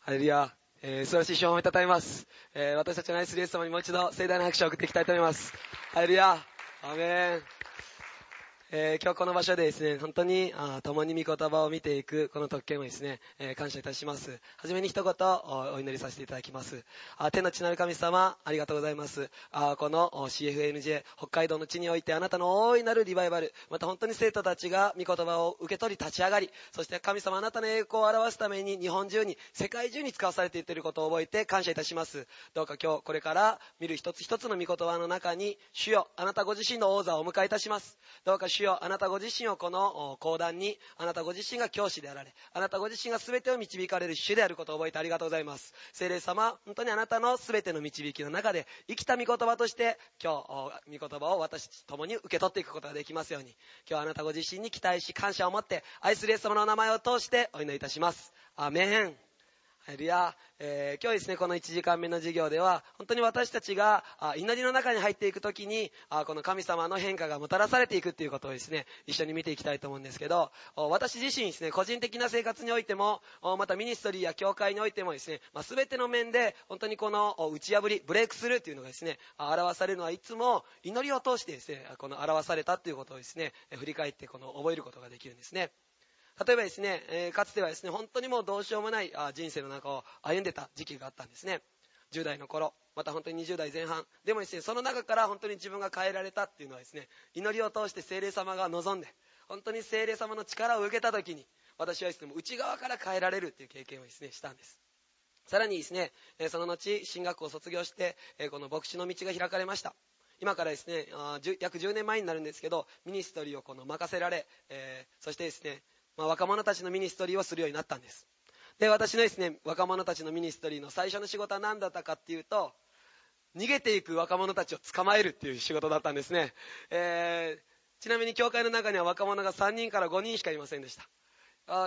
ハレルヤ、素晴らしい賞を褒めたたえます。私たちの愛するイエス様にもう一度盛大な拍手を送っていきたいと思います。ハレルヤ、アーメン。今日この場所でですね、本当に共に御言葉を見ていくこの特権をですね、感謝いたします。はじめに一言お祈りさせていただきます。天の地なる神様、ありがとうございます。この CFNJ 北海道の地においてあなたの大いなるリバイバル、また本当に生徒たちが御言葉を受け取り立ち上がり、そして神様あなたの栄光を表すために日本中に世界中に使わされていっていることを覚えて感謝いたします。どうか今日これから見る一つ一つの御言葉の中に、主よあなたご自身の王座をお迎えいたします。どうか主よあなたご自身をこの講談に、あなたご自身が教師であられ、あなたご自身が全てを導かれる主であることを覚えてありがとうございます。聖霊様、本当にあなたの全ての導きの中で生きた御言葉として今日御言葉を私たち共に受け取っていくことができますように、今日あなたご自身に期待し感謝を持って愛するイエス様の名前を通してお祈りいたします。アーメン。ハレルヤ。今日ですね、この1時間目の授業では本当に私たちが祈りの中に入っていくときにこの神様の変化がもたらされていくっていうことをですね、一緒に見ていきたいと思うんですけど、私自身ですね、個人的な生活においてもまたミニストリーや教会においてもですね、全ての面で本当にこの打ち破りブレイクスルーっていうのがですね、表されるのはいつも祈りを通してですね、この表されたっていうことをですね、振り返ってこの覚えることができるんですね。例えばですね、かつてはですね、本当にもうどうしようもない人生の中を歩んでた時期があったんですね。10代の頃、また本当に20代前半。でもですね、その中から本当に自分が変えられたっていうのはですね、祈りを通して聖霊様が望んで、本当に聖霊様の力を受けた時に、私はですね、内側から変えられるっていう経験をですね、したんです。さらにですね、その後、進学校を卒業して、この牧師の道が開かれました。今からですね、約10年前になるんですけど、ミニストリーをこの任せられ、そしてですね、若者たちのミニストリーをするようになったんです。で、私のですね、若者たちのミニストリーの最初の仕事は何だったかっていうと、逃げていく若者たちを捕まえるっていう仕事だったんですね。ちなみに教会の中には若者が3人から5人しかいませんでした。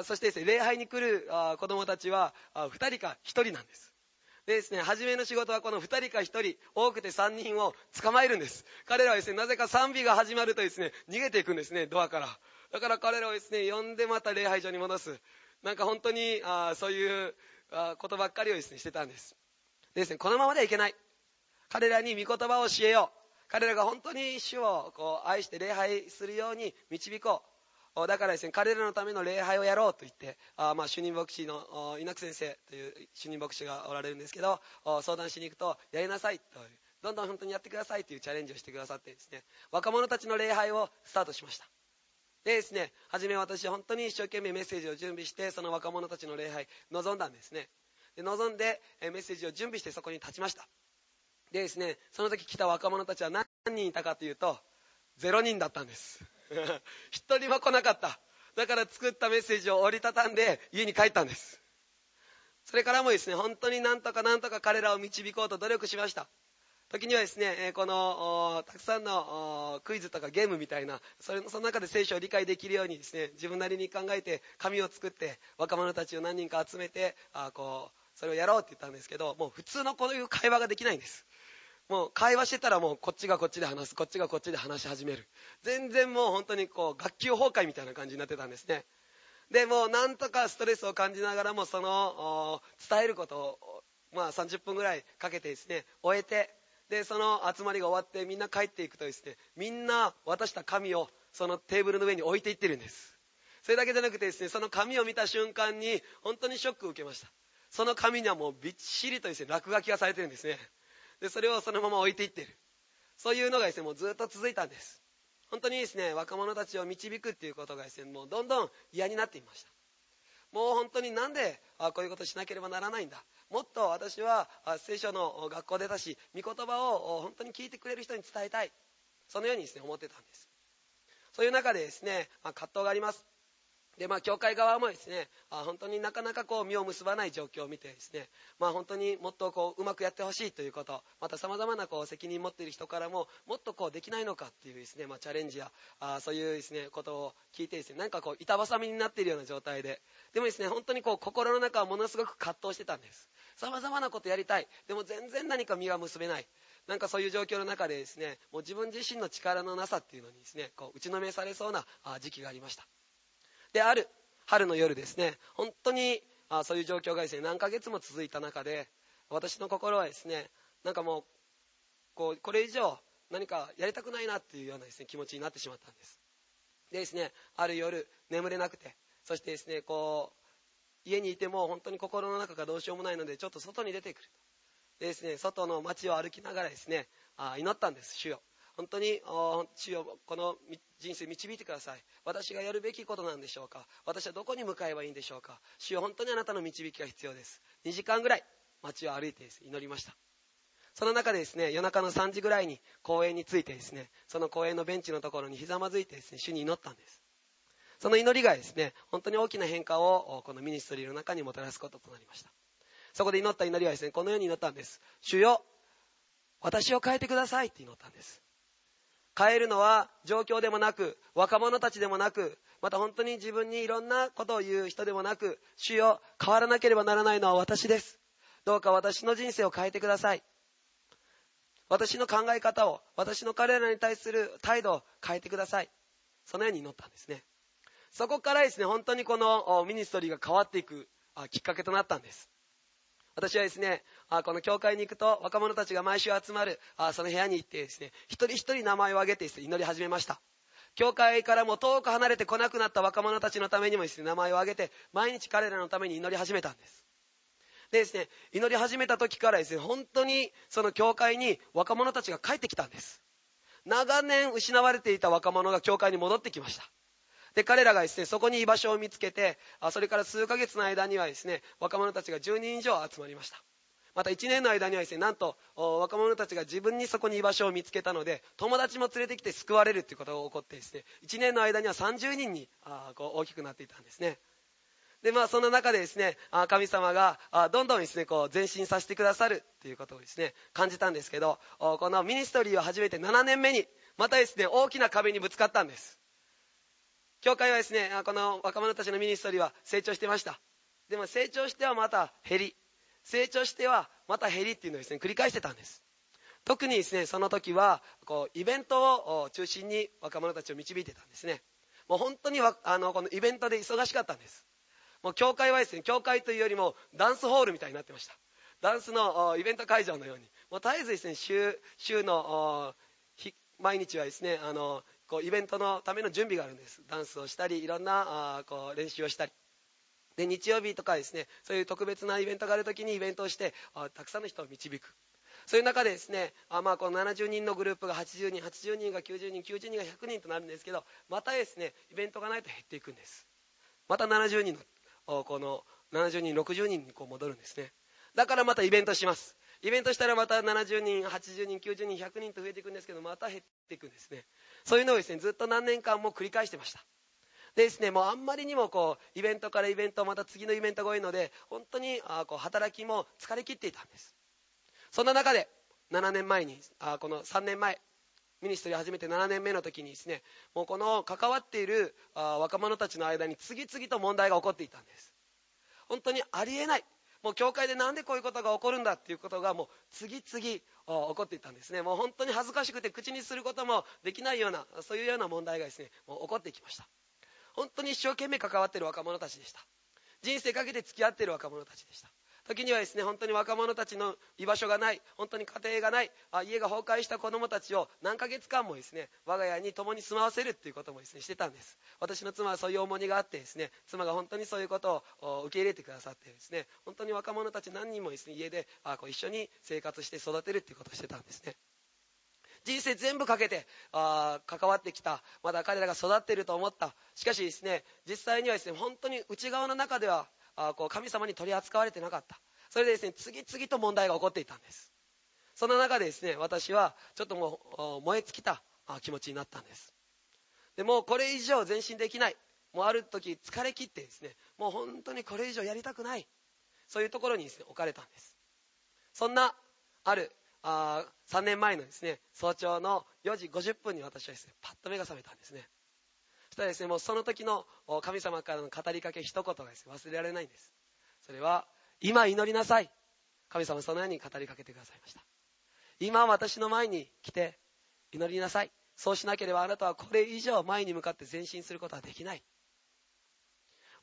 そしてですね、礼拝に来る子供たちは2人か1人なんです。でですね、初めの仕事はこの2人か1人、多くて3人を捕まえるんです。彼らはですね、なぜか賛美が始まるとですね、逃げていくんですね、ドアから。だから彼らをですね、呼んでまた礼拝場に戻す。なんか本当にそういうことばっかりをですね、してたんです。でですね、このままではいけない。彼らに御言葉を教えよう。彼らが本当に主をこう愛して礼拝するように導こう。だからですね、彼らのための礼拝をやろうと言って、主任牧師の稲久先生という主任牧師がおられるんですけど、相談しに行くと、やりなさいと、どんどん本当にやってくださいというチャレンジをしてくださってですね、若者たちの礼拝をスタートしました。でですね、初め私本当に一生懸命メッセージを準備して、その若者たちの礼拝臨んだんですね。で望んでメッセージを準備してそこに立ちました。でですね、その時来た若者たちは何人いたかというと、0人だったんです。一人も来なかった。だから作ったメッセージを折りたたんで家に帰ったんです。それからもですね、本当になんとか彼らを導こうと努力しました。時にはですね、このたくさんのクイズとかゲームみたいな、その中で聖書を理解できるようにですね、自分なりに考えて紙を作って若者たちを何人か集めてそれをやろうって言ったんですけど、もう普通のこういう会話ができないんです。もう会話してたらもうこっちがこっちで話す、こっちがこっちで話し始める。全然もう本当にこう学級崩壊みたいな感じになってたんですね。でもうなんとかストレスを感じながらもその伝えることを30分ぐらいかけてですね終えて、でその集まりが終わってみんな帰っていくとですね、みんな渡した紙をそのテーブルの上に置いていってるんです。それだけじゃなくてですね、その紙を見た瞬間に本当にショックを受けました。その紙にはもうびっしりとですね落書きがされてるんですね。でそれをそのまま置いていっている。そういうのがですねもうずっと続いたんです。本当にですね、若者たちを導くっていうことがですねもうどんどん嫌になっていました。もう本当になんでこういうことしなければならないんだ、もっと私は聖書の学校出たし御言葉を本当に聞いてくれる人に伝えたい、そのようにですね思ってたんです。そういう中でですね、葛藤があります。で教会側もですね本当になかなかこう実を結ばない状況を見てですね、本当にもっとこううまくやってほしいということ、またさまざまなこう責任持っている人からももっとこうできないのかっていうですね、チャレンジやそういうですねことを聞いてですね、なんかこう板挟みになっているような状態で、でもですね本当にこう心の中はものすごく葛藤してたんです。さまざまなことやりたい、でも全然何か実が結べない、なんかそういう状況の中でですね、もう自分自身の力のなさっていうのにですねこう打ちのめされそうな時期がありました。である春の夜ですね、本当にそういう状況がですね、何ヶ月も続いた中で、私の心はですね、なんかもう、これ以上何かやりたくないなっていうようなですね、気持ちになってしまったんです。でですね、ある夜、眠れなくて、そしてですね、家にいても本当に心の中がどうしようもないので、ちょっと外に出てくる。でですね、外の街を歩きながらですね、祈ったんです。主よ、本当に主よ、この人生導いてください。私がやるべきことなんでしょうか。私はどこに向かえばいいんでしょうか。主よ、本当にあなたの導きが必要です。2時間ぐらい街を歩いてです、ね、祈りました。その中でですね、夜中の3時ぐらいに公園に着いてですね、その公園のベンチのところにひざまずいてですね、主に祈ったんです。その祈りがですね、本当に大きな変化をこのミニストリーの中にもたらすこととなりました。そこで祈った祈りはですね、このように祈ったんです。主よ、私を変えてくださいって祈ったんです。変えるのは状況でもなく、若者たちでもなく、また本当に自分にいろんなことを言う人でもなく、主よ、変わらなければならないのは私です。どうか私の人生を変えてください。私の考え方を、私の彼らに対する態度を変えてください。そのように祈ったんですね。そこからですね、本当にこのミニストリーが変わっていくきっかけとなったんです。私はですね、この教会に行くと若者たちが毎週集まるその部屋に行ってですね、一人一人名前を挙げてですね、祈り始めました。教会からも遠く離れて来なくなった若者たちのためにもですね、名前を挙げて毎日彼らのために祈り始めたんです。でですね、祈り始めた時からですね、本当にその教会に若者たちが帰ってきたんです。長年失われていた若者が教会に戻ってきました。で、彼らがですね、そこに居場所を見つけて、それから数ヶ月の間にはですね、若者たちが10人以上集まりました。また1年の間にはですね、なんと若者たちが自分にそこに居場所を見つけたので、友達も連れてきて救われるということが起こってですね、1年の間には30人に大きくなっていたんですね。で、その中でですね、神様がどんどんですね、前進させてくださるということをですね、感じたんですけど、このミニストリーを始めて7年目に、またですね、大きな壁にぶつかったんです。教会はですね、この若者たちのミニストリーは成長してました。でも成長してはまた減り、成長してはまた減りっていうのをですね、繰り返してたんです。特にですね、その時はイベントを中心に若者たちを導いてたんですね。もう本当にこのイベントで忙しかったんです。もう教会はですね、教会というよりもダンスホールみたいになってました。ダンスのイベント会場のように、もう絶えずですね、週の毎日はですね、イベントのための準備があるんです。ダンスをしたり、いろんな練習をしたり。で、日曜日とかですね、そういう特別なイベントがあるときにイベントをしてたくさんの人を導く。そういう中でですね、この70人のグループが80人、80人が90人、90人が100人となるんですけど、またですね、イベントがないと減っていくんです。また70人のこの70人、60人に戻るんですね。だからまたイベントします。イベントしたらまた70人、80人、90人、100人と増えていくんですけど、また減っていくんですね。そういうのをですね、ずっと何年間も繰り返してました。でですね、もうあんまりにもイベントからイベント、また次のイベントが多いので、本当に働きも疲れ切っていたんです。そんな中で、7年前に、この3年前、ミニストリー始めて7年目の時にですね、もうこの関わっている若者たちの間に次々と問題が起こっていたんです。本当にありえない。もう教会でなんでこういうことが起こるんだっていうことがもう次々起こっていったんですね。もう本当に恥ずかしくて口にすることもできないような、そういうような問題がですね、もう起こってきました。本当に一生懸命関わっている若者たちでした。人生かけて付き合っている若者たちでした。時にはですね、本当に若者たちの居場所がない、本当に家庭がない、家が崩壊した子供たちを何ヶ月間もですね、我が家に共に住まわせるっていうこともですね、してたんです。私の妻はそういう重荷があってですね、妻が本当にそういうことを受け入れてくださってですね、本当に若者たち何人もですね、家で一緒に生活して育てるっていうことをしてたんですね。人生全部かけて関わってきた、まだ彼らが育っていると思った。しかしですね、実際にはですね、本当に内側の中では神様に取り扱われてなかった。それでですね、次々と問題が起こっていたんです。その中でですね、私はちょっともう燃え尽きた気持ちになったんです。でもうこれ以上前進できない。もうある時疲れ切ってですね、もう本当にこれ以上やりたくない。そういうところにですね、置かれたんです。そんなある3年前のですね、早朝の4時50分に私はですね、パッと目が覚めたんですね。そしたらですね、もうその時の神様からの語りかけ一言がですね、忘れられないんです。それは、今祈りなさい。神様そのように語りかけてくださいました。今私の前に来て祈りなさい。そうしなければあなたはこれ以上前に向かって前進することはできない。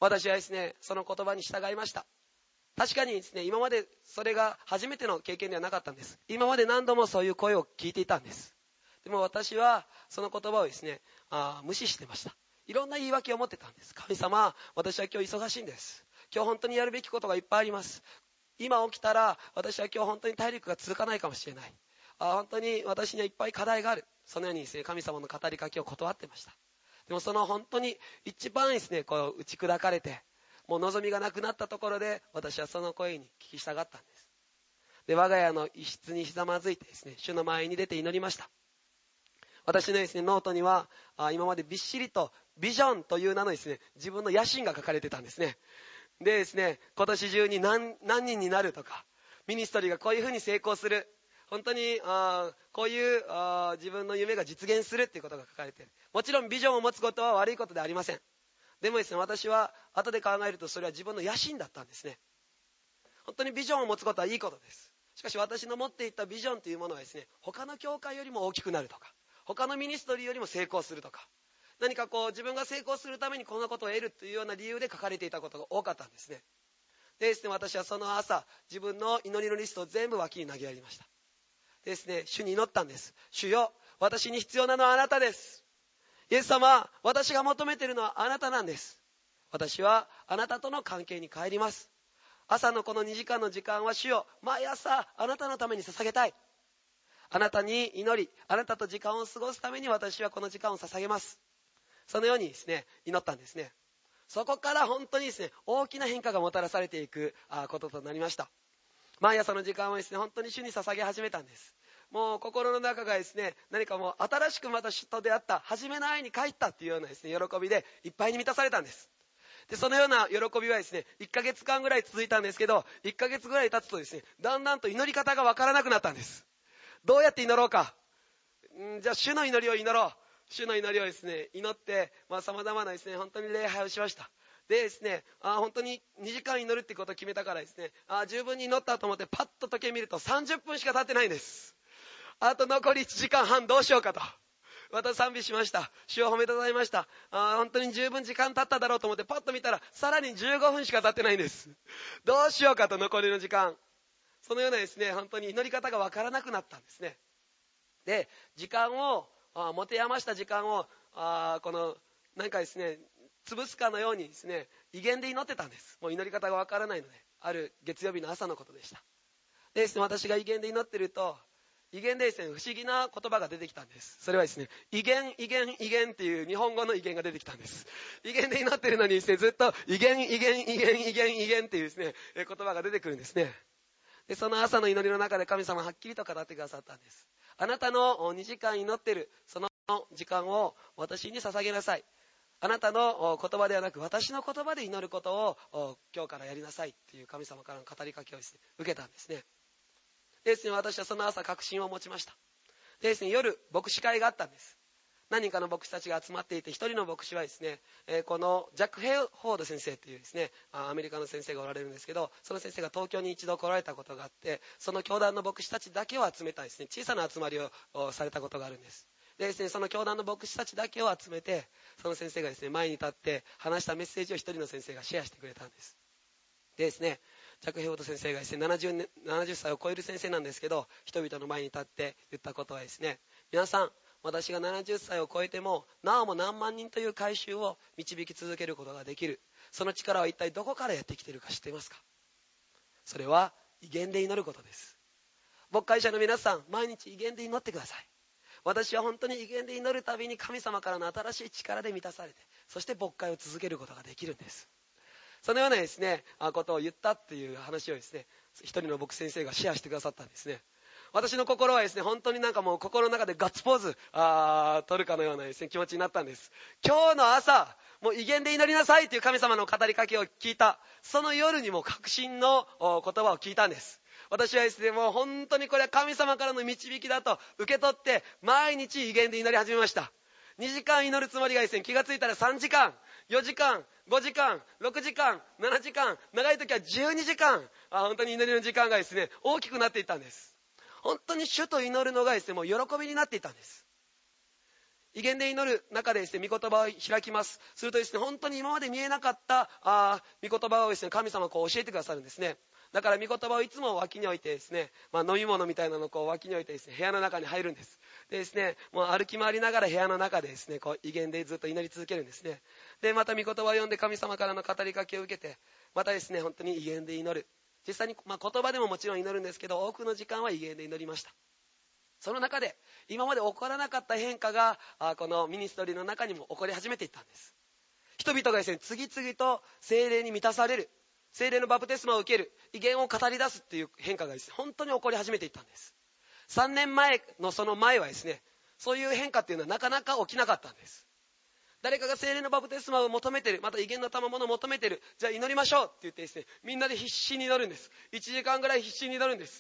私はですね、その言葉に従いました。確かにですね、今までそれが初めての経験ではなかったんです。今まで何度もそういう声を聞いていたんです。でも私はその言葉をですね、無視してました。いろんな言い訳を持ってたんです。神様、私は今日忙しいんです。今日本当にやるべきことがいっぱいあります。今起きたら私は今日本当に体力が続かないかもしれない。本当に私にはいっぱい課題がある。そのようにですね、神様の語りかけを断ってました。でもその本当に一番ですね、こう打ち砕かれて、もう望みがなくなったところで、私はその声に聞き従ったんです。で、我が家の一室にひざまずいてですね、主の前に出て祈りました。私のですね、ノートには、今までびっしりとビジョンという名のですね、自分の野心が書かれてたんですね。でですね、今年中に何人になるとか、ミニストリーがこういうふうに成功する。本当にこういう自分の夢が実現するっていうことが書かれている。もちろんビジョンを持つことは悪いことではありません。でもですね、私は後で考えるとそれは自分の野心だったんですね。本当にビジョンを持つことはいいことです。しかし私の持っていたビジョンというものはですね、他の教会よりも大きくなるとか、他のミニストリーよりも成功するとか、何かこう自分が成功するためにこんなことを得るというような理由で書かれていたことが多かったんですね。でですね、私はその朝、自分の祈りのリストを全部脇に投げやりました。でですね、主に祈ったんです。主よ、私に必要なのはあなたです。イエス様、私が求めているのはあなたなんです。私はあなたとの関係に帰ります。朝のこの2時間の時間は主よ、毎朝あなたのために捧げたい。あなたに祈り、あなたと時間を過ごすために私はこの時間を捧げます。そのようにですね、祈ったんですね。そこから本当にですね、大きな変化がもたらされていくこととなりました。毎朝の時間をですね、本当に主に捧げ始めたんです。もう心の中がですね、何かもう新しくまた主と出会った、初めの愛に帰ったっていうようなですね、喜びでいっぱいに満たされたんです。で、そのような喜びはですね、1ヶ月間ぐらい続いたんですけど、1ヶ月ぐらい経つとですね、だんだんと祈り方がわからなくなったんです。どうやって祈ろうか。じゃあ主の祈りを祈ろう。主の祈りをですね、祈って、様々なですね、本当に礼拝をしました。でですね、本当に2時間祈るってことを決めたからですね、十分に祈ったと思ってパッと時計見ると30分しか経ってないんです。あと残り1時間半どうしようかと。また賛美しました。主を褒めたたえました。本当に十分時間経っただろうと思ってパッと見たらさらに15分しか経ってないんです。どうしようかと、残りの時間。そのようなですね、本当に祈り方がわからなくなったんですね。で、時間を持て余した時間をこのなんかですね、潰すかのようにですね、威厳で祈ってたんです。もう祈り方がわからないので、ある月曜日の朝のことでした。でですね、私が威厳で祈ってると、威厳でですね、不思議な言葉が出てきたんです。それはですね、威厳威厳威厳っていう日本語の威厳が出てきたんです。威厳で祈ってるのにですね、ずっと威厳威厳威厳威厳威厳っていうですね、言葉が出てくるんですね。で、その朝の祈りの中で神様ははっきりと語ってくださったんです。あなたの2時間祈ってるその時間を私に捧げなさい。あなたの言葉ではなく私の言葉で祈ることを今日からやりなさいっていう神様からの語りかけをですね、受けたんですね。でですね、私はその朝確信を持ちました。でですね、夜牧師会があったんです。何人かの牧師たちが集まっていて、一人の牧師はですね、このジャック・ヘイフォード先生というですね、アメリカの先生がおられるんですけど、その先生が東京に一度来られたことがあって、その教団の牧師たちだけを集めたですね、小さな集まりをされたことがあるんです。でですね、その教団の牧師たちだけを集めて、その先生がですね、前に立って話したメッセージを一人の先生がシェアしてくれたんです。でですね、ジャック・ヘイフォード先生がですね、70歳を超える先生なんですけど、人々の前に立って言ったことはですね、皆さん、私が70歳を超えてもなおも何万人という改宗を導き続けることができる。その力は一体どこからやってきているか知っていますか？それは威厳で祈ることです。牧会者の皆さん、毎日威厳で祈ってください。私は本当に威厳で祈るたびに神様からの新しい力で満たされて、そして牧会を続けることができるんです。そのようなですね、ことを言ったっていう話をですね、一人の牧師先生がシェアしてくださったんですね。私の心はですね、本当になんかもう心の中でガッツポーズ取るかのようなですね、気持ちになったんです。今日の朝、もう威厳で祈りなさいという神様の語りかけを聞いた、その夜にも確信の言葉を聞いたんです。私はですね、もう本当にこれは神様からの導きだと受け取って、毎日威厳で祈り始めました。2時間祈るつもりがですね、気がついたら3時間、4時間、5時間、6時間、7時間、長い時は12時間、本当に祈りの時間がですね、大きくなっていったんです。本当に主と祈るのがですね、もう喜びになっていたんです。 威厳で祈る中でですね、御言葉を開きます。するとですね、本当に今まで見えなかった御言葉をですね、神様が教えてくださるんですね。だから御言葉をいつも脇に置いてですね、飲み物みたいなのを脇に置いてですね、部屋の中に入るんです。でですね、もう歩き回りながら部屋の中でですね、威厳でずっと祈り続けるんですね。で、また御言葉を読んで神様からの語りかけを受けて、またですね、本当に威厳で祈る。実際に、言葉でももちろん祈るんですけど、多くの時間は威厳で祈りました。その中で今まで起こらなかった変化がこのミニストリーの中にも起こり始めていったんです。人々がですね、次々と聖霊に満たされる、聖霊のバプテスマを受ける、威厳を語り出すっていう変化がですね、本当に起こり始めていったんです。3年前のその前はですね、そういう変化っていうのはなかなか起きなかったんです。誰かが聖霊のバプテスマを求めてる、また威厳の賜物を求めてる、じゃあ祈りましょうって言ってですね、みんなで必死に祈るんです。1時間ぐらい必死に祈るんです。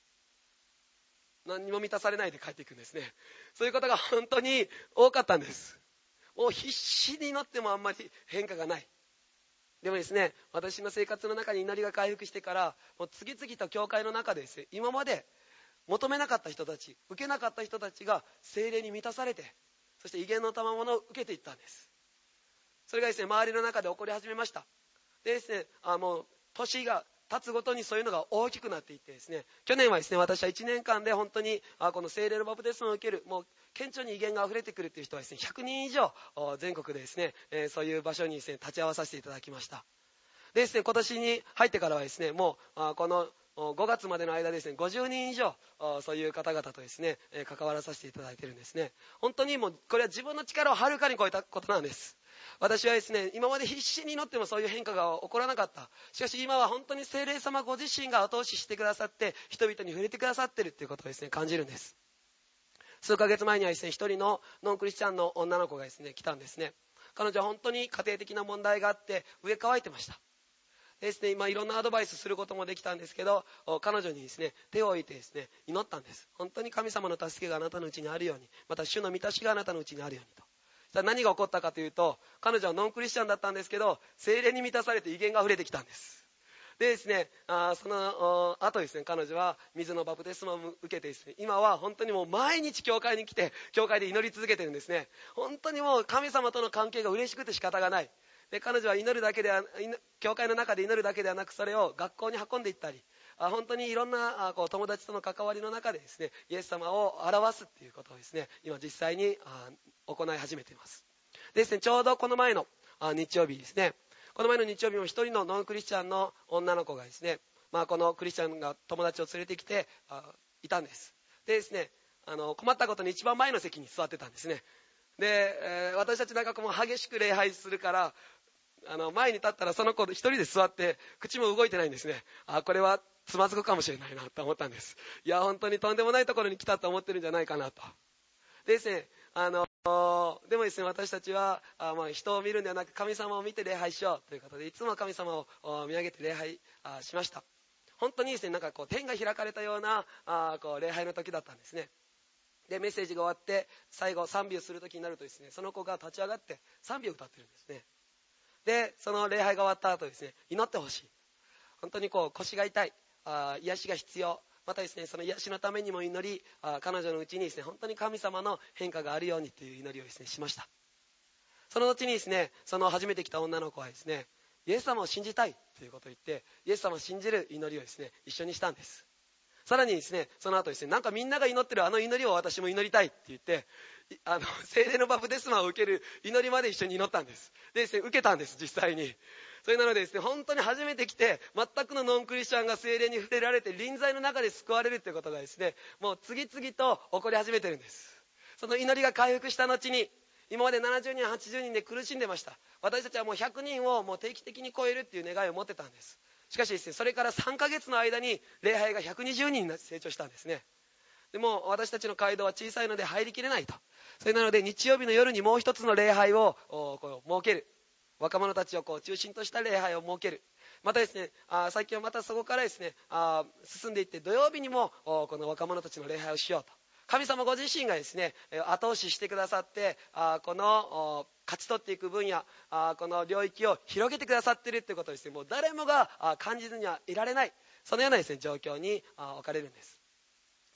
何にも満たされないで帰っていくんですね。そういうことが本当に多かったんです。もう必死に祈ってもあんまり変化がない。でもですね、私の生活の中に祈りが回復してから、もう次々と教会の中でですね、今まで求めなかった人たち、受けなかった人たちが聖霊に満たされて、そして威厳の賜物を受けていったんです。それがですね、周りの中で起こり始めました。でですね、もう年が経つごとにそういうのが大きくなっていってですね、去年はですね、私は1年間で本当にこの聖霊のバプテスマを受ける、もう顕著に威厳があふれてくるという人はですね、100人以上全国でですね、そういう場所にですね、立ち会わさせていただきました。でですね、今年に入ってからはですね、もうこの5月までの間ですね、50人以上そういう方々とですね、関わらさせていただいているんですね。本当にもうこれは自分の力をはるかに超えたことなんです。私はですね、今まで必死に祈ってもそういう変化が起こらなかった。しかし今は本当に聖霊様ご自身が後押ししてくださって、人々に触れてくださっているということをですね、感じるんです。数ヶ月前にはですね、一人のノンクリスチャンの女の子がですね、来たんですね。彼女は本当に家庭的な問題があって上乾いてました。ですね、今いろんなアドバイスすることもできたんですけど、彼女にですね、手を置いてですね、祈ったんです。本当に神様の助けがあなたのうちにあるように、また主の満たしがあなたのうちにあるようにと。さあ何が起こったかというと、彼女はノンクリスチャンだったんですけど、聖霊に満たされて威厳が溢れてきたんです。でですね、その後ですね、彼女は水のバプテスマを受けてですね、今は本当にもう毎日教会に来て、教会で祈り続けてるんですね。本当にもう神様との関係が嬉しくて仕方がない。で、彼女は祈るだけでは、教会の中で祈るだけではなく、それを学校に運んでいったり、本当にいろんな友達との関わりの中でですね、イエス様を表すっていうことをですね、今実際に行い始めています。でですね、ちょうどこの前の日曜日ですね、この前の日曜日も一人のノンクリスチャンの女の子がですね、このクリスチャンが友達を連れてきていたんです。でですね、困ったことに一番前の席に座ってたんですね。で、私たちなんかもう激しく礼拝するから、前に立ったらその子一人で座って口も動いてないんですね。これはつまずくかもしれないなと思ったんです。いや本当にとんでもないところに来たと思ってるんじゃないかなと。でですね、でもですね、私たちは人を見るんではなく神様を見て礼拝しようということで、いつも神様を見上げて礼拝しました。本当にですね、なんか天が開かれたような礼拝の時だったんですね。でメッセージが終わって最後賛美をする時になるとですね、その子が立ち上がって賛美を歌ってるんですね。でその礼拝が終わった後ですね、祈ってほしい、本当に腰が痛い、癒しが必要、またですね、その癒しのためにも祈り、彼女のうちにですね、本当に神様の変化があるようにという祈りをですねしました。その後にですね、その初めて来た女の子はですね、イエス様を信じたいということを言って、イエス様を信じる祈りをですね一緒にしたんです。さらにですね、その後ですね、なんかみんなが祈ってるあの祈りを私も祈りたいって言って、聖霊のバプテスマを受ける祈りまで一緒に祈ったんです。でですね、受けたんです、実際に。それなのでですね、本当に初めて来て、全くのノンクリスチャンが聖霊に触れられて、臨在の中で救われるということがですね、もう次々と起こり始めてるんです。その祈りが回復した後に、今まで70人、80人で苦しんでました。私たちはもう100人をもう定期的に超えるっていう願いを持ってたんです。しかしですね、それから3ヶ月の間に礼拝が120人に成長したんですね。でも私たちの街道は小さいので入りきれないと。それなので日曜日の夜にもう一つの礼拝を設ける。若者たちを中心とした礼拝を設ける。またですね、最近はまたそこからですね、進んでいって土曜日にもこの若者たちの礼拝をしようと。神様ご自身がですね、後押ししてくださって、この勝ち取っていく分野、この領域を広げてくださっているということですね、もう誰もが感じずにはいられない、そのようなですね、状況に置かれるんです。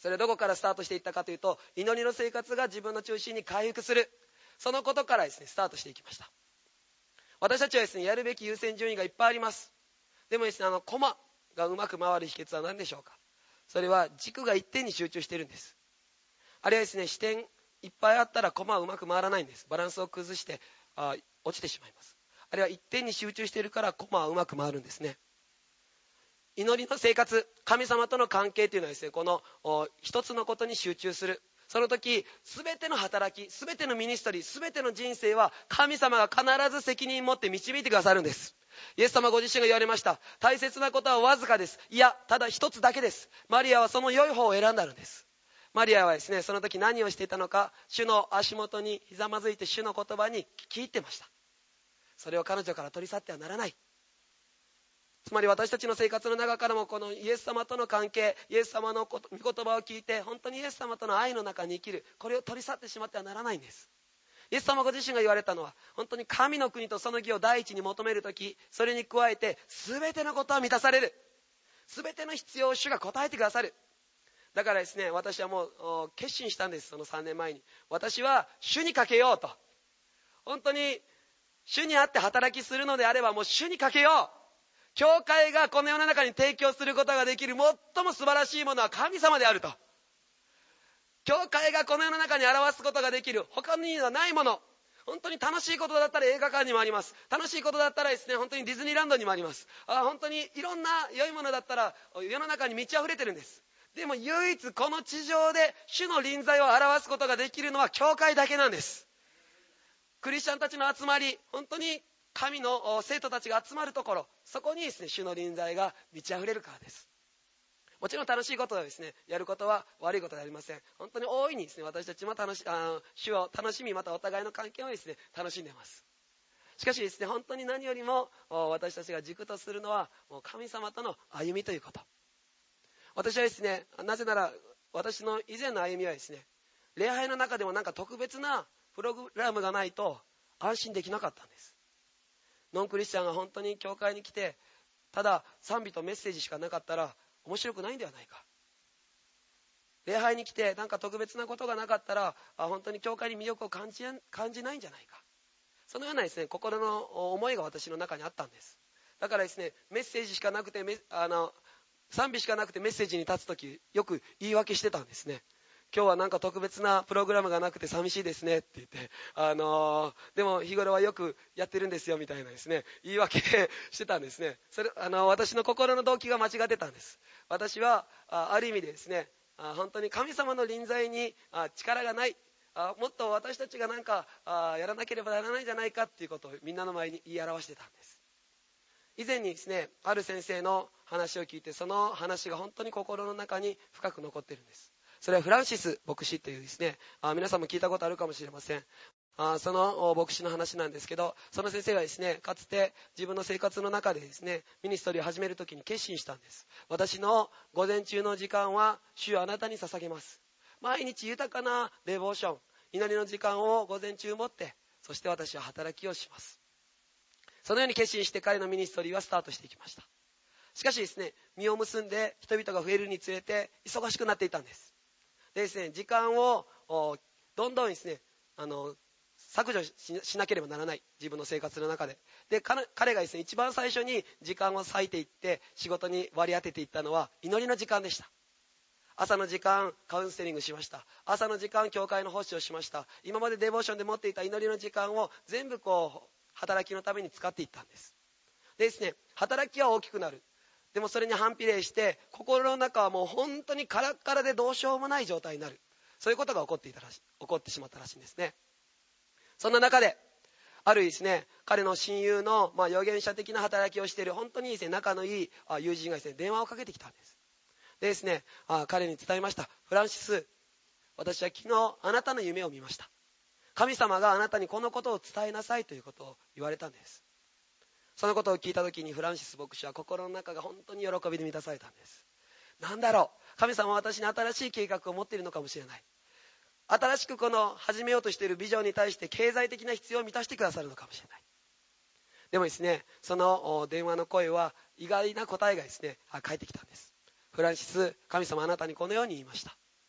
それはどこからスタートしていったかというと、祈りの生活が自分の中心に回復する、そのことからですねスタートしていきました。私たちはですねやるべき優先順位がいっぱいあります。でもですねコマがうまく回る秘訣は何でしょうか。それは軸が一点に集中しているんです。あるいはですね視点いっぱいあったらコマはうまく回らないんです。バランスを崩して落ちてしまいます。あるいは一点に集中しているからコマはうまく回るんですね。祈りの生活、神様との関係というのはですね、この一つのことに集中する。その時、すべての働き、すべてのミニストリー、すべての人生は神様が必ず責任を持って導いてくださるんです。イエス様ご自身が言われました。大切なことはわずかです。いや、ただ一つだけです。マリアはその良い方を選んだのです。マリアはですね、その時何をしていたのか、主の足元にひざまずいて主の言葉に聞き入ってました。それを彼女から取り去ってはならない。つまり私たちの生活の中からもこのイエス様との関係、イエス様の御言葉を聞いて本当にイエス様との愛の中に生きる、これを取り去ってしまってはならないんです。イエス様ご自身が言われたのは、本当に神の国とその義を第一に求めるとき、それに加えて全てのことは満たされる、全ての必要を主が答えてくださる。だからですね、私はもう決心したんです。その3年前に私は主にかけようと。本当に主にあって働きするのであればもう主にかけよう。教会がこの世の中に提供することができる最も素晴らしいものは神様であると。教会がこの世の中に表すことができる他にはないもの。本当に楽しいことだったら映画館にもあります。楽しいことだったらですね、本当にディズニーランドにもあります。本当にいろんな良いものだったら世の中に満ち溢れてるんです。でも唯一この地上で主の臨在を表すことができるのは教会だけなんです。クリスチャンたちの集まり、本当に神の生徒たちが集まるところ、そこにですね主の臨在が満ち溢れるからです。もちろん楽しいことはですねやることは悪いことではありません。本当に大いにですね私たちも主を楽しみ、またお互いの関係をですね楽しんでいます。しかしですね本当に何よりも私たちが軸とするのはもう神様との歩みということ。私はですね、なぜなら私の以前の歩みはですね、礼拝の中でもなんか特別なプログラムがないと安心できなかったんです。ノンクリスチャンが本当に教会に来てただ賛美とメッセージしかなかったら面白くないんではないか。礼拝に来てなんか特別なことがなかったら本当に教会に魅力を感じないんじゃないか。そのようなですね心の思いが私の中にあったんです。だからですねメッセージしかなくて賛美しかなくてメッセージに立つときよく言い訳してたんですね。今日はなんか特別なプログラムがなくて寂しいですねって言って、でも日頃はよくやってるんですよみたいなですね言い訳してたんですね。それ私の心の動機が間違ってたんです。私はある意味でですね本当に神様の臨在に力がない、もっと私たちがなんかやらなければならないんじゃないかっていうことをみんなの前に言い表してたんです。以前にですねある先生の話を聞いて、その話が本当に心の中に深く残っているんです。それはフランシス牧師というですね皆さんも聞いたことあるかもしれません。その牧師の話なんですけど、その先生はですねかつて自分の生活の中でですねミニストリーを始めるときに決心したんです。私の午前中の時間は主よあなたに捧げます。毎日豊かなデボーション、祈りの時間を午前中持って、そして私は働きをします。そのように決心して彼のミニストリーはスタートしていきました。しかしですね実を結んで人々が増えるにつれて忙しくなっていたんです。でですね時間をどんどんですね削除しなければならない、自分の生活の中で。で彼がですね一番最初に時間を割いていって仕事に割り当てていったのは祈りの時間でした。朝の時間カウンセリングしました。朝の時間教会の奉仕をしました。今までデボーションで持っていた祈りの時間を全部働きのために使っていったんです。でですね働きは大きくなる。でもそれに反比例して心の中はもう本当にカラッカラでどうしようもない状態になる。そういうことが起こってしまったらしいんですね。そんな中であるですね彼の親友の預言者的な働きをしている本当にですね仲のいい友人がですね電話をかけてきたんです。でですね彼に伝えました。フランシス、私は昨日あなたの夢を見ました。神様があなたにこのことを伝えなさいということを言われたんです。そのことを聞いた時にフランシス牧師は心の中が本当に喜びで満たされたんです。なんだろう、神様は私に新しい計画を持っているのかもしれない。新しく始めようとしているビジョンに対して経済的な必要を満たしてくださるのかもしれない。でもですねその電話の声は意外な答えがですね返ってきたんです。フランシス、神様あなたにこのように言いました。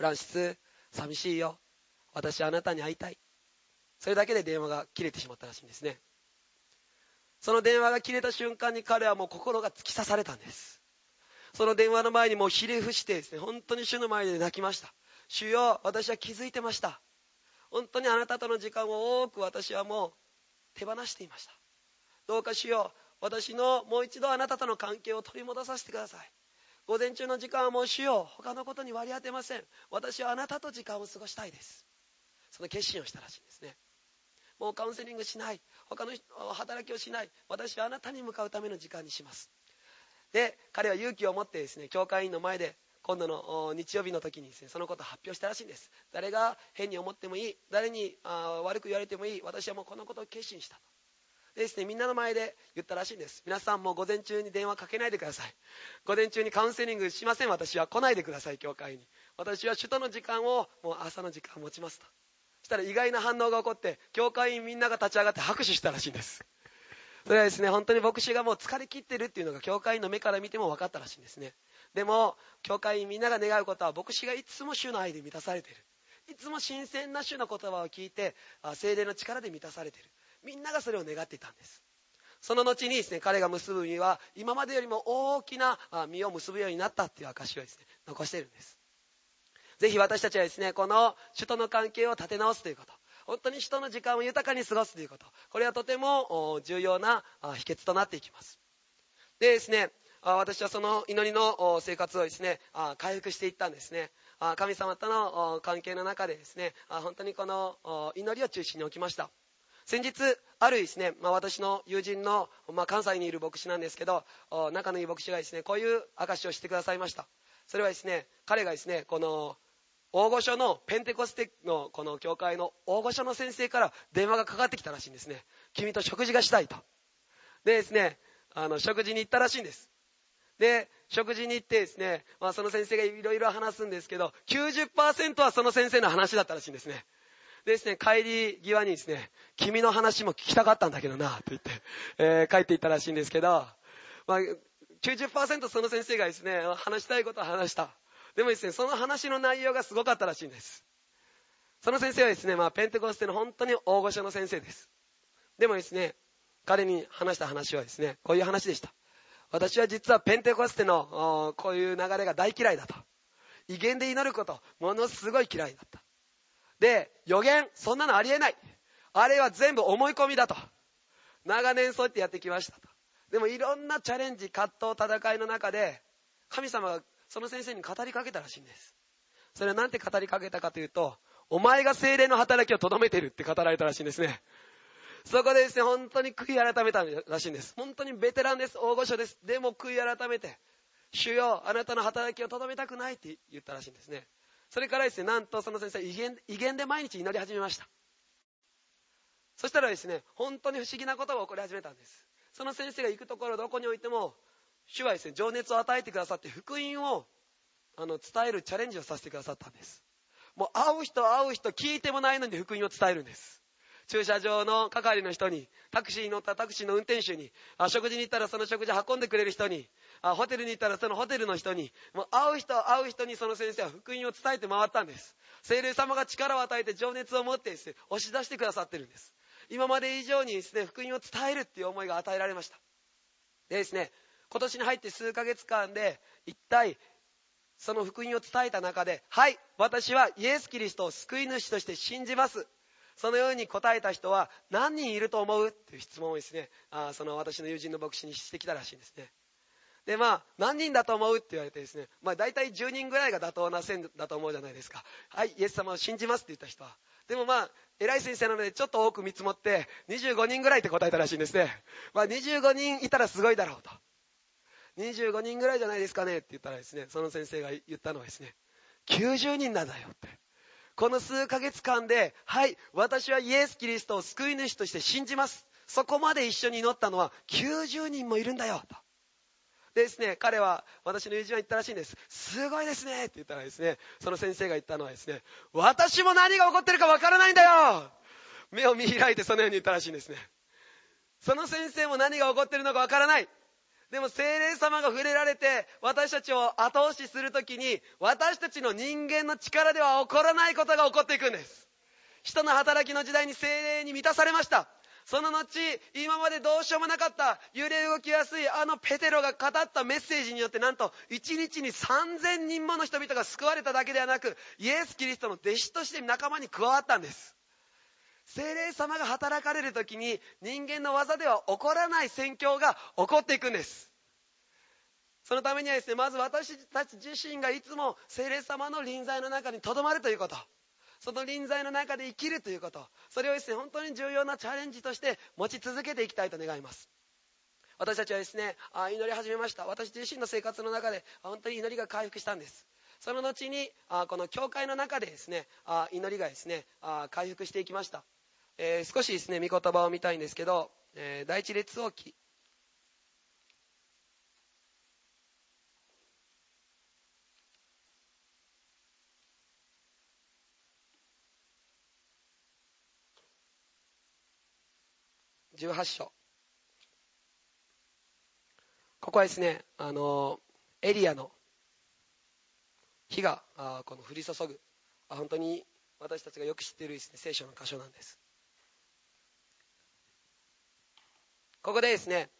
フランシス、寂しいよ。私はあなたに会いたい。それだけで電話が切れてしまったらしいんですね。その電話が切れた瞬間に彼はもう心が突き刺されたんです。その電話の前にもうひれ伏してですね、本当に主の前で泣きました。主よ、私は気づいてました。本当にあなたとの時間を多く私はもう手放していました。どうか主よ、私のもう一度あなたとの関係を取り戻させてください。午前中の時間はもう主よ、他のことに割り当てません。私はあなたと時間を過ごしたいです。その決心をしたらしいんですね。もうカウンセリングしない、他の働きをしない、私はあなたに向かうための時間にします。で、彼は勇気を持ってですね、教会員の前で今度の日曜日の時にですね、そのことを発表したらしいんです。誰が変に思ってもいい、誰に悪く言われてもいい、私はもうこのことを決心したと。でですね、みんなの前で言ったらしいんです。皆さんも午前中に電話かけないでください。午前中にカウンセリングしません。私は来ないでください、教会に。私は主との時間をもう朝の時間を持ちますと。そしたら意外な反応が起こって、教会員みんなが立ち上がって拍手したらしいんです。それはですね、本当に牧師がもう疲れ切ってるっていうのが教会員の目から見ても分かったらしいんですね。でも教会員みんなが願うことは、牧師がいつも主の愛で満たされている、いつも新鮮な主の言葉を聞いて聖霊の力で満たされている、みんながそれを願っていたんです。その後にですね、彼が結ぶ実は今までよりも大きな実を結ぶようになったっていう証をですね、残しているんです。ぜひ私たちはですね、この主との関係を立て直すということ、本当に主との時間を豊かに過ごすということ、これはとても重要な秘訣となっていきます。でですね、私はその祈りの生活をですね、回復していったんですね。神様との関係の中でですね、本当にこの祈りを中心に置きました。先日あるですね、私の友人の、関西にいる牧師なんですけど、仲のいい牧師がですね、こういう証しをしてくださいました。それはですね、彼がですね、この大御所のペンテコステのこの教会の大御所の先生から電話がかかってきたらしいんですね。君と食事がしたいと。でですね、食事に行ったらしいんです。で、食事に行ってですね、その先生がいろいろ話すんですけど、90% はその先生の話だったらしいんですね。でですね、帰り際にですね、君の話も聞きたかったんだけどなと言って、帰っていったらしいんですけど、90% その先生がですね、話したいことを話した。でもですね、その話の内容がすごかったらしいんです。その先生はですね、ペンテコステの本当に大御所の先生です。でもですね、彼に話した話はですね、こういう話でした。私は実はペンテコステのこういう流れが大嫌いだと。威厳で祈ること、ものすごい嫌いだった。で、予言、そんなのありえない。あれは全部思い込みだと。長年そうやってやってきましたと。でもいろんなチャレンジ、葛藤、戦いの中で、神様がその先生に語りかけたらしいんです。それはなんて語りかけたかというと、お前が聖霊の働きをとどめているって語られたらしいんですね。そこでですね、本当に悔い改めたらしいんです。本当にベテランです、大御所です。でも悔い改めて、主よ、あなたの働きをとどめたくないって言ったらしいんですね。それからですね、なんとその先生威厳で毎日祈り始めました。そしたらですね、本当に不思議なことが起こり始めたんです。その先生が行くところどこにおいても、主はですね、情熱を与えてくださって、福音を伝えるチャレンジをさせてくださったんです。もう会う人聞いてもないのに福音を伝えるんです。駐車場の係の人に、タクシーに乗ったタクシーの運転手に、食事に行ったらその食事運んでくれる人に、ホテルに行ったらそのホテルの人に、もう会う人にその先生は福音を伝えて回ったんです。聖霊様が力を与えて情熱を持ってですね、押し出してくださってるんです。今まで以上にですね、福音を伝えるっていう思いが与えられました。でですね、今年に入って数ヶ月間で一体その福音を伝えた中で、はい、私はイエス・キリストを救い主として信じます。そのように答えた人は何人いると思うっていう質問をですね、その私の友人の牧師にしてきたらしいんですね。で、何人だと思うって言われてですね、大体10人ぐらいが妥当な線だと思うじゃないですか。はい、イエス様を信じますって言った人は。でも偉い先生なのでちょっと多く見積もって25人ぐらいって答えたらしいんですね。25人いたらすごいだろうと。25人ぐらいじゃないですかねって言ったらですね、その先生が言ったのはですね、90人なんだよって。この数ヶ月間で、はい、私はイエス・キリストを救い主として信じます。そこまで一緒に祈ったのは90人もいるんだよと。でですね、彼は、私の友人は言ったらしいんです。すごいですねって言ったらですね、その先生が言ったのはですね、私も何が起こってるかわからないんだよ。目を見開いてそのように言ったらしいんですね。その先生も何が起こってるのかわからない。 でも聖霊様が触れられて私たちを後押しするときに、私たちの人間の力では起こらないことが起こっていくんです。使徒の働きの時代に聖霊に満たされました。その後、今までどうしようもなかった揺れ動きやすいペテロが語ったメッセージによって、なんと1日に3000人もの人々が救われただけではなく、イエス・キリストの弟子として仲間に加わったんです。聖霊様が働かれる時に、人間の技では起こらない宣教が起こっていくんです。そのためにはですね、まず私たち自身がいつも聖霊様の臨在の中にとどまるということ、その臨在の中で生きるということ、それをですね、本当に重要なチャレンジとして持ち続けていきたいと願います。私たちはですね、祈り始めました。私自身の生活の中で本当に祈りが回復したんです。その後にこの教会の中でですね、祈りがですね回復していきました。少しですね、御言葉を見たいんですけど、第一列王記18章。ここはですね、エリアの火がこの降り注ぐ、本当に私たちがよく知っているですね、聖書の箇所なんです。ここでですね、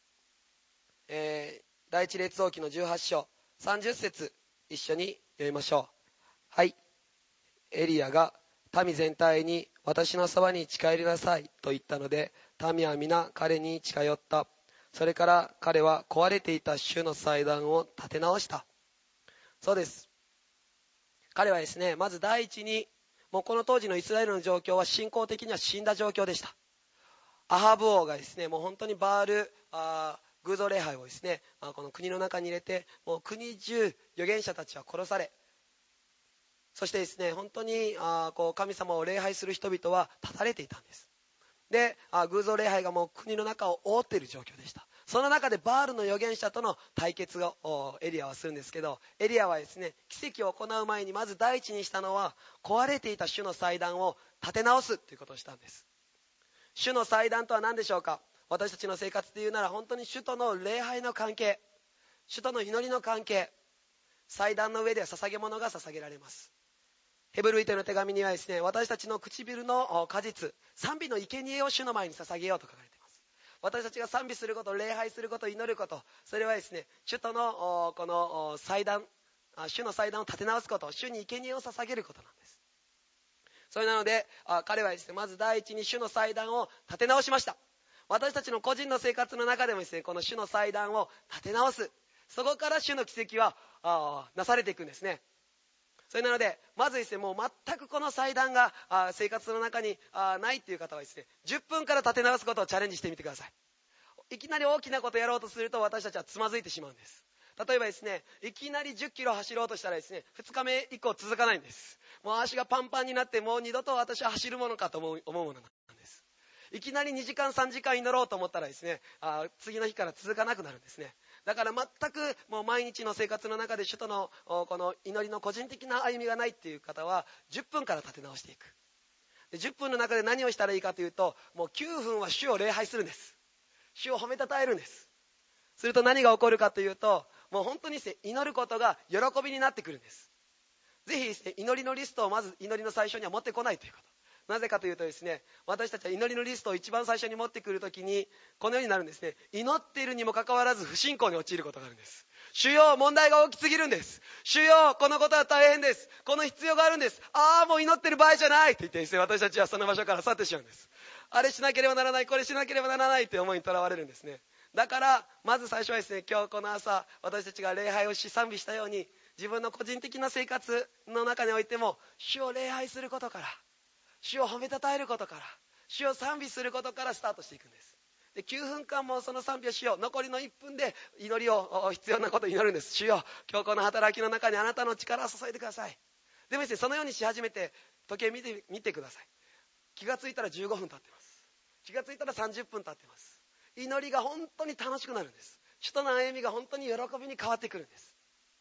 第一列王記の18章30節一緒に読みましょう。はい。エリアが民全体に、私のそばに近寄りなさいと言ったので、民は皆彼に近寄った。それから彼は壊れていた主の祭壇を建て直した。そうです。彼はですね、まず第一に、もうこの当時のイスラエルの状況は信仰的には死んだ状況でした。アハブ王がですね、もう本当にバール偶像礼拝をですね、この国の中に入れて、もう国中預言者たちは殺され、そしてですね、本当に神様を礼拝する人々は断たれていたんです。で、偶像礼拝がもう国の中を覆っている状況でした。その中でバールの預言者との対決をエリアはするんですけど、エリアはですね、奇跡を行う前にまず第一にしたのは、壊れていた主の祭壇を建て直すということをしたんです。主の祭壇とは何でしょうか。私たちの生活で言うなら、本当に主との礼拝の関係、主との祈りの関係、祭壇の上では捧げ物が捧げられます。ヘブルイテの手紙にはですね、私たちの唇の果実、賛美の生贄を主の前に捧げようと書かれています。私たちが賛美すること、礼拝すること、祈ること、それはですね、主とのこの祭壇、主の祭壇を立て直すこと、主に生贄を捧げることなんです。それなので彼はですね、まず第一に主の祭壇を立て直しました。私たちの個人の生活の中でもですね、この主の祭壇を立て直す、そこから主の奇跡はなされていくんですね。それなので、まずですね、もう全くこの祭壇が生活の中にないっていう方はですね、10分から立て直すことをチャレンジしてみてください。いきなり大きなことをやろうとすると私たちはつまずいてしまうんです。例えばですね、いきなり10キロ走ろうとしたらですね、2日目以降続かないんです。もう足がパンパンになって、もう二度と私は走るものかと思うものなんです。いきなり2時間3時間祈ろうと思ったらですね、次の日から続かなくなるんですね。だから全くもう毎日の生活の中で主とのこの祈りの個人的な歩みがないっていう方は10分から立て直していく。で10分の中で何をしたらいいかというと、もう9分は主を礼拝するんです。主を褒めたたえるんです。すると何が起こるかというと、もう本当にですね、祈ることが喜びになってくるんです。ぜひですね、祈りのリストをまず祈りの最初には持ってこないということ。なぜかというとですね、私たちは祈りのリストを一番最初に持ってくるときにこのようになるんですね。祈っているにもかかわらず不信仰に陥ることがあるんです。主よ、問題が大きすぎるんです。主よ、このことは大変です。この必要があるんです。もう祈ってる場合じゃないと言ってですね、私たちはその場所から去ってしまうんです。あれしなければならない、これしなければならないという思いにとらわれるんですね。だからまず最初はですね、今日この朝私たちが礼拝をし賛美したように、自分の個人的な生活の中においても主を礼拝することから、主を褒めたたえることから、主を賛美することからスタートしていくんです。で9分間もその賛美をしよう。残りの1分で祈りを必要なことを祈るんです。主よ、今日この働きの中にあなたの力を注いでください。でもですね、そのようにし始めて時計見てください。気がついたら15分経ってます。気がついたら30分経ってます。祈りが本当に楽しくなるんです。主との歩みが本当に喜びに変わってくるんです。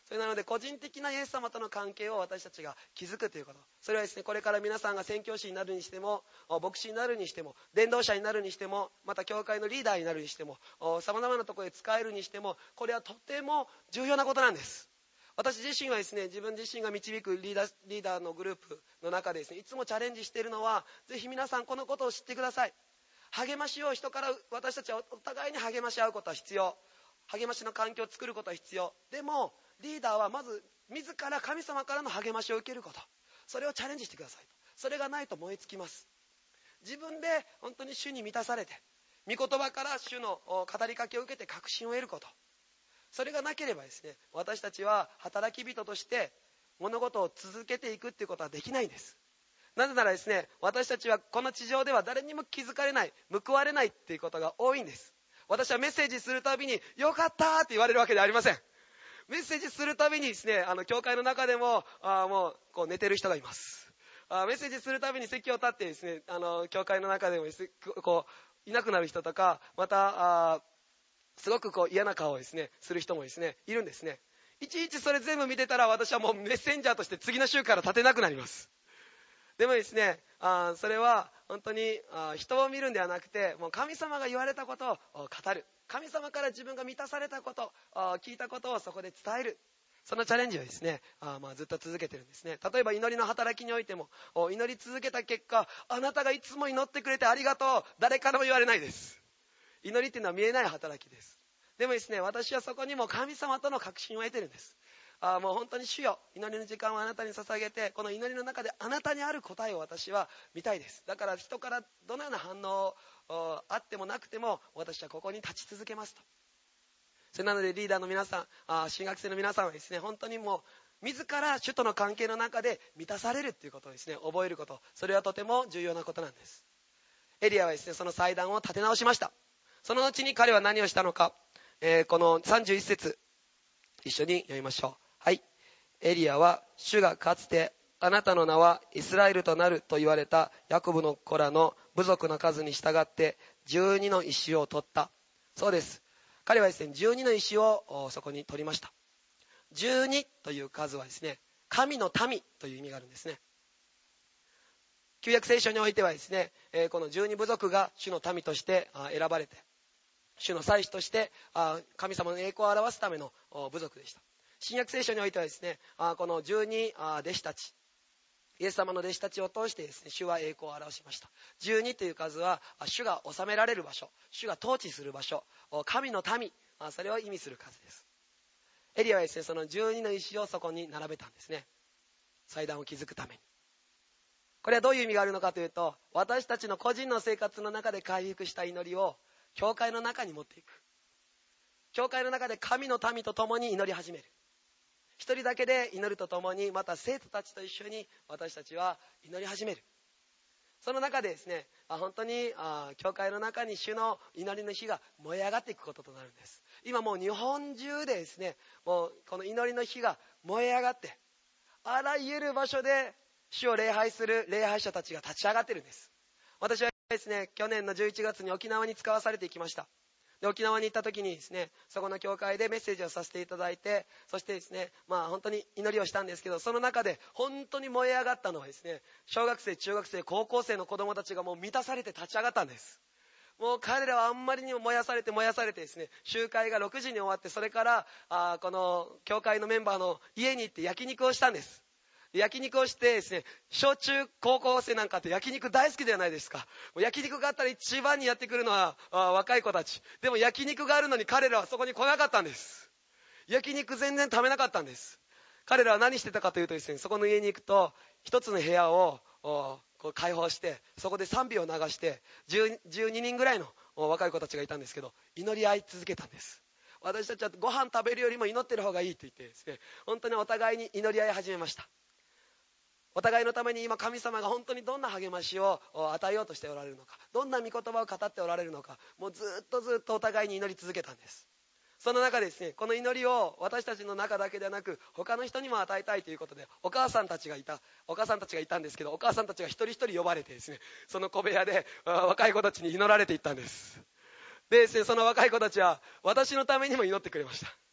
それなので個人的なイエス様との関係を私たちが築くということ、それはですね、これから皆さんが宣教師になるにしても、牧師になるにしても、伝道者になるにしても、また教会のリーダーになるにしても、さまざまなところで使えるにしても、これはとても重要なことなんです。私自身はですね、自分自身が導くリーダーのグループの中でですね、いつもチャレンジしているのは、ぜひ皆さんこのことを知ってください。励ましを人から私たちはお互いに励まし合うことは必要、励ましの環境を作ることは必要。でもリーダーはまず自ら神様からの励ましを受けること、それをチャレンジしてくださいと。それがないと燃え尽きます。自分で本当に主に満たされて、御言葉から主の語りかけを受けて確信を得ること、それがなければですね、私たちは働き人として物事を続けていくっていうことはできないんです。なぜならですね、私たちはこの地上では誰にも気づかれない、報われないっていうことが多いんです。私はメッセージするたびによかったって言われるわけではありません。メッセージするたびにですね、教会の中でももうこう寝てる人がいます。メッセージするたびに席を立ってですね、教会の中でもですね、こういなくなる人とか、またすごくこう嫌な顔をですねする人もですねいるんですね。いちいちそれ全部見てたら、私はもうメッセンジャーとして次の週から立てなくなります。でもですね、それは本当に人を見るんではなくて、もう神様が言われたことを語る、神様から自分が満たされたこと、聞いたことをそこで伝える、そのチャレンジをですね、ずっと続けてるんですね。例えば祈りの働きにおいても、祈り続けた結果、あなたがいつも祈ってくれてありがとう、誰からも言われないです。祈りっていうのは見えない働きです。でもですね、私はそこにも神様との確信を得てるんです。もう本当に主よ、祈りの時間をあなたに捧げて、この祈りの中であなたにある答えを私は見たいです。だから人からどのような反応あってもなくても、私はここに立ち続けますと。それなのでリーダーの皆さん、新学生の皆さんはですね、本当にもう自ら主との関係の中で満たされるっていうことをですね、覚えること、それはとても重要なことなんです。エリアはですね、その祭壇を立て直しました。その後に彼は何をしたのか、この31節一緒に読みましょう。はい。エリアは主がかつてあなたの名はイスラエルとなると言われたヤコブの子らの部族の数に従って12の石を取った。そうです。彼はですね、12の石をそこに取りました。12という数はですね、神の民という意味があるんですね。旧約聖書においてはですね、この12部族が主の民として選ばれて、主の祭司として神様の栄光を表すための部族でした。新約聖書においてはですね、この12弟子たち、イエス様の弟子たちを通してですね、主は栄光を表しました。12という数は主が治められる場所、主が統治する場所、神の民、それを意味する数です。エリアはですね、その12の石をそこに並べたんですね。祭壇を築くために。これはどういう意味があるのかというと、私たちの個人の生活の中で回復した祈りを教会の中に持っていく。教会の中で神の民と共に祈り始める。一人だけで祈るとともに、また生徒たちと一緒に私たちは祈り始める。その中でですね、本当に教会の中に主の祈りの火が燃え上がっていくこととなるんです。今もう日本中でですね、もうこの祈りの火が燃え上がって、あらゆる場所で主を礼拝する礼拝者たちが立ち上がってるんです。私はですね、去年の11月に沖縄に使わされていきました。で、沖縄に行った時にですね、そこの教会でメッセージをさせていただいて、そしてですね、本当に祈りをしたんですけど、その中で本当に燃え上がったのはですね、小学生、中学生、高校生の子供たちがもう満たされて立ち上がったんです。もう彼らはあんまりにも燃やされてですね、集会が6時に終わって、それからこの教会のメンバーの家に行って焼肉をしたんです。焼肉をしてですね、小中高校生なんかって焼肉大好きではないですか。もう焼肉があったら一番にやってくるのは若い子たち。でも焼肉があるのに彼らはそこに来なかったんです。焼肉全然食べなかったんです。彼らは何してたかというとですね、そこの家に行くと一つの部屋をこう開放して、そこで賛美を流して12人ぐらいの若い子たちがいたんですけど、祈り合い続けたんです。私たちはご飯食べるよりも祈ってる方がいいと言ってですね、本当にお互いに祈り合い始めました。お互いのために今神様が本当にどんな励ましを与えようとしておられるのか、どんな御言葉を語っておられるのか、もうずっとお互いに祈り続けたんです。その中でですね、この祈りを私たちの中だけではなく他の人にも与えたいということで、お母さんたちがいたんですけど、お母さんたちが一人一人呼ばれてですね、その小部屋で若い子たちに祈られていったんです。でですね、その若い子たちは私のためにも祈ってくれました。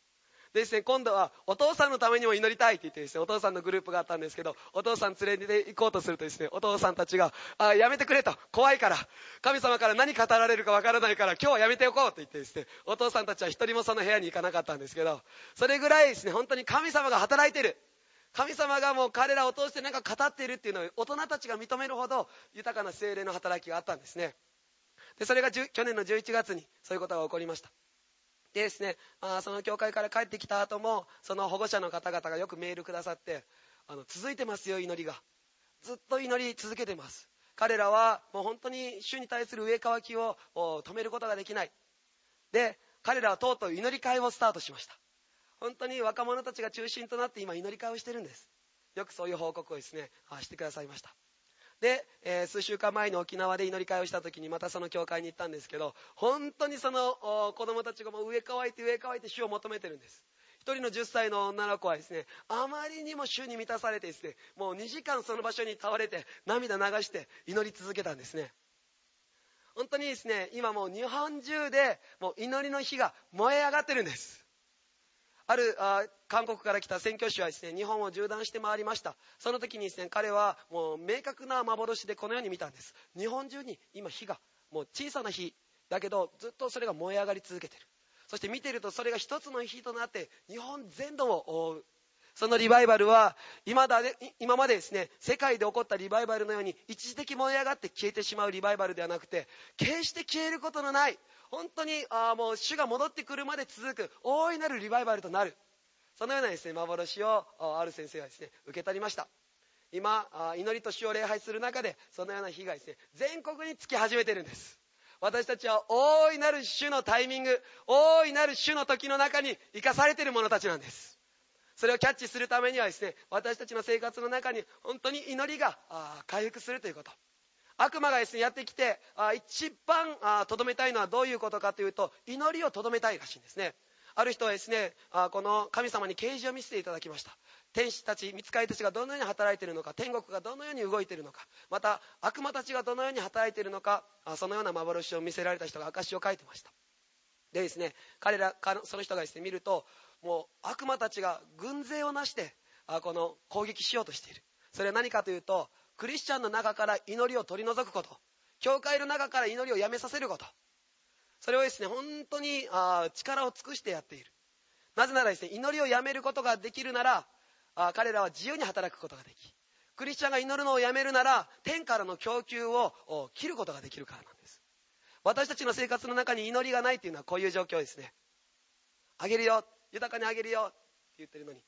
でですね、今度はお父さんのためにも祈りたいって言ってですね、お父さんのグループがあったんですけど、お父さん連れて行こうとするとですね、お父さんたちが、やめてくれと、怖いから、神様から何語られるかわからないから、今日はやめておこうと言ってですね、お父さんたちは一人もその部屋に行かなかったんですけど、それぐらいですね、本当に神様が働いている。神様がもう彼らを通して何か語っているっていうのを大人たちが認めるほど豊かな聖霊の働きがあったんですね。で、それが去年の11月にそういうことが起こりました。でですね、その教会から帰ってきた後も、その保護者の方々がよくメールくださって、続いてますよ、祈りが。ずっと祈り続けてます。彼らはもう本当に主に対する上渇きを止めることができない。で、彼らはとうとう祈り会をスタートしました。本当に若者たちが中心となって今祈り会をしてるんです。よくそういう報告をですね、してくださいました。で、数週間前に沖縄で祈り会をした時にまたその教会に行ったんですけど、本当にその子供たちがもう上乾いて主を求めてるんです。一人の10歳の女の子はですね、あまりにも主に満たされてですね、もう2時間その場所に倒れて涙流して祈り続けたんですね。本当にですね、今もう日本中でもう祈りの火が燃え上がってるんです。ある韓国から来た宣教師はですね、日本を縦断して回りました。その時にですね、彼はもう明確な幻でこのように見たんです。日本中に今火が、もう小さな火だけどずっとそれが燃え上がり続けてる。そして見てるとそれが一つの火となって日本全土を覆う。そのリバイバルは今までですね、世界で起こったリバイバルのように一時的燃え上がって消えてしまうリバイバルではなくて、決して消えることのない本当にもう主が戻ってくるまで続く大いなるリバイバルとなる。そのようなですね、幻をある先生がですね、受け取りました。今祈りと主を礼拝する中でそのような火がですね、全国につき始めているんです。私たちは大いなる主のタイミング、大いなる主の時の中に生かされている者たちなんです。それをキャッチするためにはですね、私たちの生活の中に本当に祈りが回復するということ。悪魔がですね、やってきて一番とどめたいのはどういうことかというと、祈りをとどめたいらしいんですね。ある人はですね、この神様に啓示を見せていただきました。天使たち、御使いたちがどのように働いているのか、天国がどのように動いているのか、また悪魔たちがどのように働いているのか、そのような幻を見せられた人が証を書いてました。でですね、その人がですね、見ると、もう悪魔たちが軍勢をなしてこの攻撃しようとしている。それは何かというと、クリスチャンの中から祈りを取り除くこと、教会の中から祈りをやめさせること、それをですね、本当に力を尽くしてやっている。なぜならですね、祈りをやめることができるなら彼らは自由に働くことができ、クリスチャンが祈るのをやめるなら天からの供給を切ることができるからなんです。私たちの生活の中に祈りがないというのはこういう状況ですね。あげるよ、豊かにあげるよって言ってるのに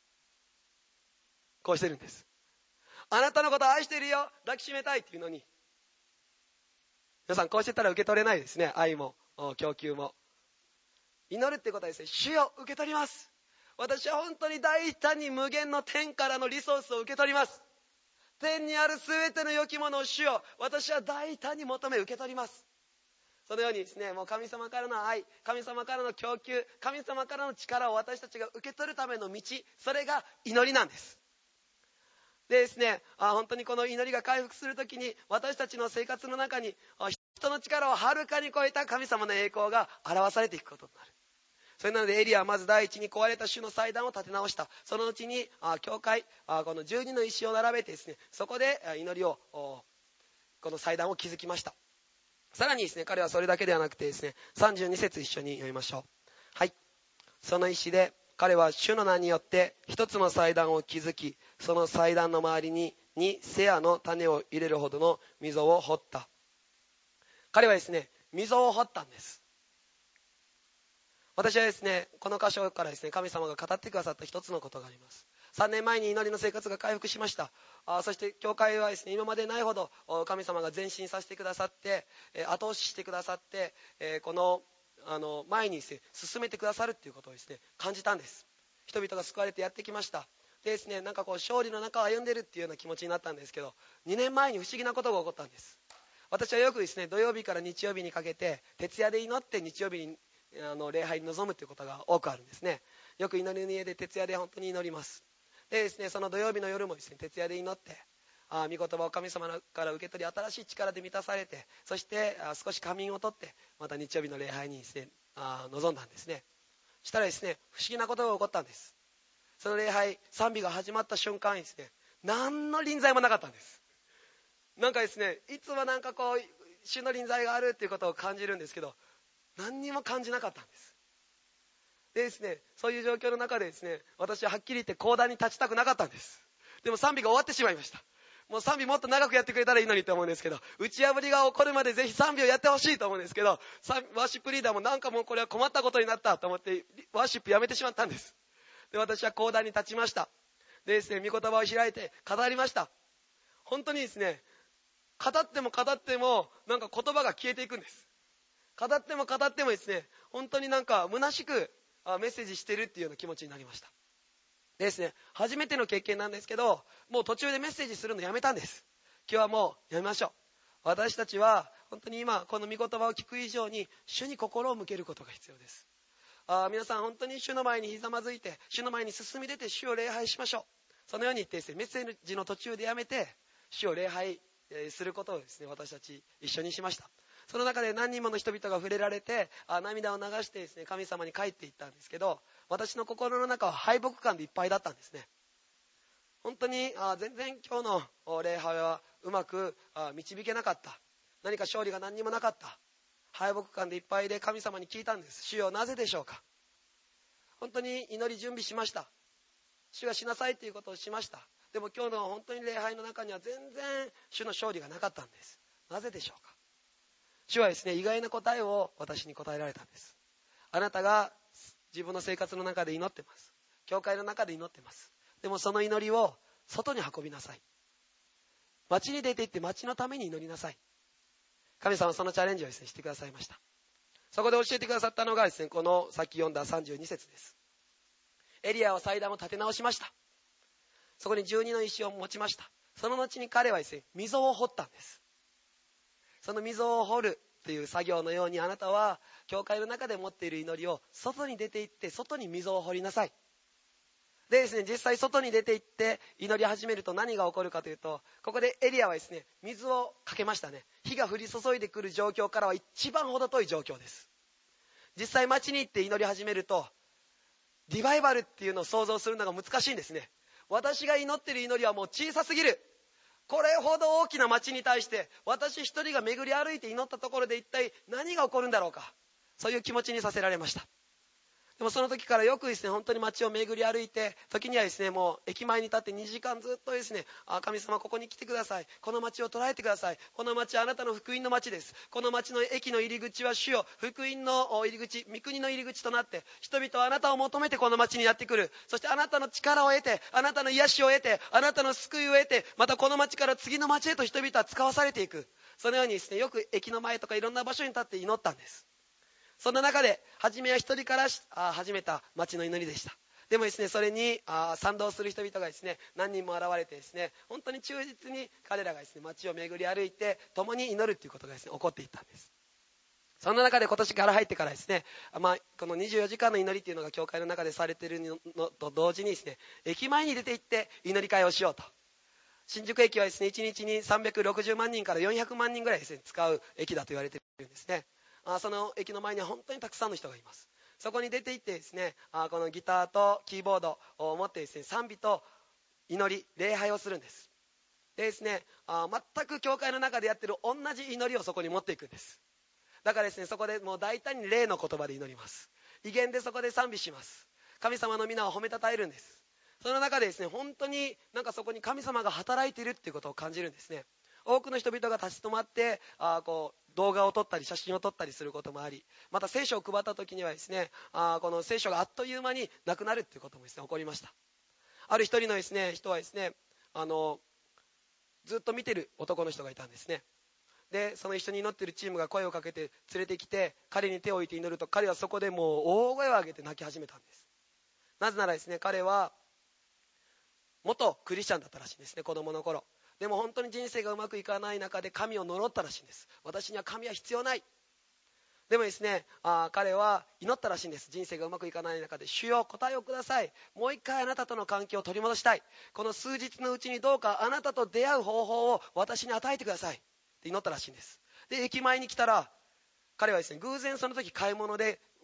こうしてるんです。あなたのことを愛しているよ、抱きしめたいっていうのに、皆さんこうしてたら受け取れないですね。愛も供給も。祈るってことはですね、主よ受け取ります、私は本当に大胆に無限の天からのリソースを受け取ります、天にある全ての良きものを主よ、私は大胆に求め受け取ります。そのようにですね、もう神様からの愛、神様からの供給、神様からの力を私たちが受け取るための道、それが祈りなんです。でですね、本当にこの祈りが回復するときに、私たちの生活の中に人の力をはるかに超えた神様の栄光が表されていくことになる。それなのでエリアはまず第一に壊れた主の祭壇を建て直した。そのうちに教会、この12の石を並べてですね、そこで祈りを、この祭壇を築きました。さらにですね、彼はそれだけではなくてですね、32節一緒に読みましょう。はい。その石で彼は主の名によって一つの祭壇を築き、その祭壇の周りにセアの種を入れるほどの溝を掘った。彼はですね、溝を掘ったんです。私はですね、この箇所からですね、神様が語ってくださった一つのことがあります。3年前に祈りの生活が回復しました。そして教会はですね、今までないほど神様が前進させてくださって、後押ししてくださって、この前にですね、進めてくださるっていうことをですね、感じたんです。人々が救われてやってきました。でですね、なんかこう勝利の中を歩んでるっていうような気持ちになったんですけど、2年前に不思議なことが起こったんです。私はよくですね、土曜日から日曜日にかけて徹夜で祈って日曜日に礼拝に臨むということが多くあるんですね。よく祈りの家で徹夜で本当に祈ります。でですね、その土曜日の夜もですね、徹夜で祈って御言葉を神様から受け取り、新しい力で満たされて、そして少し仮眠をとってまた日曜日の礼拝にですね臨んだんですね。 したらですね、不思議なことが起こったんです。その礼拝、賛美が始まった瞬間にですね、何の臨在もなかったんです。なんかですね、いつもなんかこう主の臨在があるっていうことを感じるんですけど、何にも感じなかったんです。でですね、そういう状況の中でですね、私ははっきり言って講談に立ちたくなかったんです。でも賛美が終わってしまいました。もう賛美もっと長くやってくれたらいいのにと思うんですけど、打ち破りが起こるまでぜひ賛美をやってほしいと思うんですけど、ワーシップリーダーもなんかもうこれは困ったことになったと思ってワーシップやめてしまったんです。で、私は講談に立ちました。でですね、御言葉を開いて語りました。本当にですね、語っても語ってもなんか言葉が消えていくんです。語っても語ってもですね、本当になんか虚しくメッセージしてるっていうような気持ちになりました。でですね、初めての経験なんですけど、もう途中でメッセージするのやめたんです。今日はもうやめましょう。私たちは本当に今この御言葉を聞く以上に主に心を向けることが必要です。皆さん本当に主の前にひざまずいて、主の前に進み出て主を礼拝しましょう。そのように言ってですね、メッセージの途中でやめて主を礼拝することをですね、私たち一緒にしました。その中で何人もの人々が触れられて、涙を流してですね、神様に帰っていったんですけど、私の心の中は敗北感でいっぱいだったんですね。本当に全然今日の礼拝はうまく導けなかった。何か勝利が何にもなかった。敗北感でいっぱいで神様に聞いたんです。主よ、なぜでしょうか。本当に祈り準備しました。主がしなさいということをしました。でも今日の本当に礼拝の中には全然主の勝利がなかったんです。なぜでしょうか。主はですね、意外な答えを私に答えられたんです。あなたが自分の生活の中で祈ってます。教会の中で祈ってます。でもその祈りを外に運びなさい。街に出て行って街のために祈りなさい。神様はそのチャレンジをですね、してくださいました。そこで教えてくださったのがですね、このさっき読んだ32節です。エリアは祭壇を建て直しました。そこに12の石を持ちました。その後に彼はですね、溝を掘ったんです。その溝を掘るという作業のように、あなたは教会の中で持っている祈りを外に出て行って外に溝を掘りなさい。でですね、実際外に出て行って祈り始めると何が起こるかというと、ここでエリアはですね、水をかけましたね。火が降り注いでくる状況からは一番程遠い状況です。実際町に行って祈り始めると、リバイバルっていうのを想像するのが難しいんですね。私が祈っている祈りはもう小さすぎる。これほど大きな町に対して私一人が巡り歩いて祈ったところで一体何が起こるんだろうか。そういう気持ちにさせられました。でもその時からよくですね、本当に街を巡り歩いて、時にはですね、もう駅前に立って2時間ずっとですね、神様ここに来てください。この街を捉えてください。この街はあなたの福音の街です。この街の駅の入り口は主よ、福音の入り口、御国の入り口となって、人々はあなたを求めてこの街にやってくる。そしてあなたの力を得て、あなたの癒しを得て、あなたの救いを得て、またこの街から次の街へと人々は使わされていく。そのようにですね、よく駅の前とかいろんな場所に立って祈ったんです。そんな中で初めは一人から始めた町の祈りでした。でもですね、それに賛同する人々がですね、何人も現れてですね、本当に忠実に彼らがですね、町を巡り歩いて共に祈るということがですね、起こっていったんです。そんな中で今年から入ってからですね、この24時間の祈りというのが教会の中でされているのと同時にですね、駅前に出て行って祈り会をしようと。新宿駅はですね、1日に360万人から400万人ぐらいですね、使う駅だと言われているんですね。その駅の前には本当にたくさんの人がいます。そこに出て行ってですね、このギターとキーボードを持ってですね、賛美と祈り、礼拝をするんです。でですね、全く教会の中でやってる同じ祈りをそこに持っていくんです。だからですね、そこでもう大胆に霊の言葉で祈ります。威厳でそこで賛美します。神様の皆を褒めたたえるんです。その中でですね、本当になんかそこに神様が働いているっていうことを感じるんですね。多くの人々が立ち止まって動画を撮ったり写真を撮ったりすることもあり、また聖書を配った時にはですね、この聖書があっという間になくなるっていうこともですね、起こりました。ある一人のですね、人はですね、ずっと見てる男の人がいたんですね。でその一緒に祈っているチームが声をかけて連れてきて、彼に手を置いて祈ると、彼はそこでもう大声を上げて泣き始めたんです。なぜならですね、彼は元クリスチャンだったらしいんですね、子供の頃。でも本当に人生がうまくいかない中で神を呪ったらしいんです。私には神は必要ない。でもですね、彼は祈ったらしいんです。人生がうまくいかない中で、主よ答えをください。もう一回あなたとの関係を取り戻したい。この数日のうちにどうかあなたと出会う方法を私に与えてくださいって祈ったらしいんです。で駅前に来たら、彼はですね、偶然その時買い物で